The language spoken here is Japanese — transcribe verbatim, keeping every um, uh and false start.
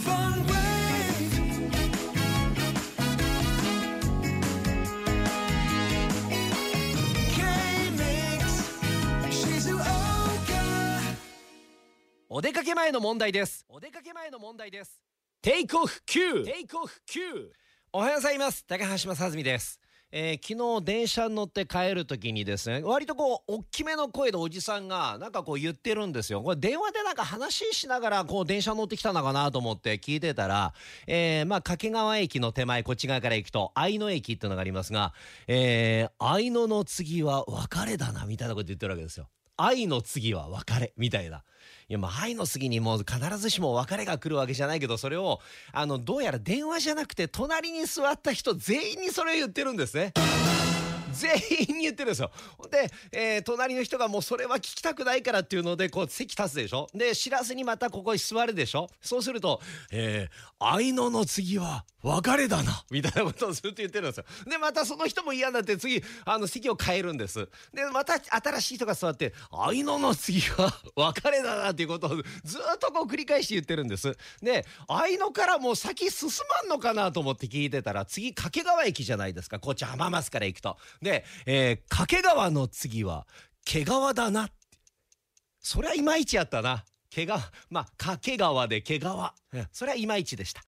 お出かけ前の問題です。お出かけ前の問題です。テイクオフ Q テイクオフ Q。 おはようございます。高橋正澄です。えー、昨日電車に乗って帰る時にですね、割とこう大きめの声でおじさんがなんかこう言ってるんですよ。これ電話でなんか話しながらこう電車乗ってきたのかなと思って聞いてたら、えー、まあ掛川駅の手前こっち側から行くと愛野駅っていうのがありますが、えー、愛野の次は別れだなみたいなこと言ってるわけですよ。愛の次は別れみたいな。いや、まあ愛の次にもう必ずしも別れが来るわけじゃないけど、それをあのどうやら電話じゃなくて隣に座った人全員にそれを言ってるんですね。全員に言ってるんですよ。で、えー、隣の人がもうそれは聞きたくないからっていうのでこう席立つでしょ。で知らずにまたここに座るでしょ。そうすると、えー、愛のの次は別れだなみたいなことをずっと言ってるんですよ。でまたその人も嫌になって次あの席を変えるんです。でまた新しい人が座って愛のの次は別れだなっていうことをずっとこう繰り返し言ってるんです。で愛のからもう先進まんのかなと思って聞いてたら、次掛川駅じゃないですか。こっち浜松から行くと。で、えー、掛川の次は毛川だな。そりゃいまいちやったな。毛川、まあ掛川で毛川、それはいまいちでした。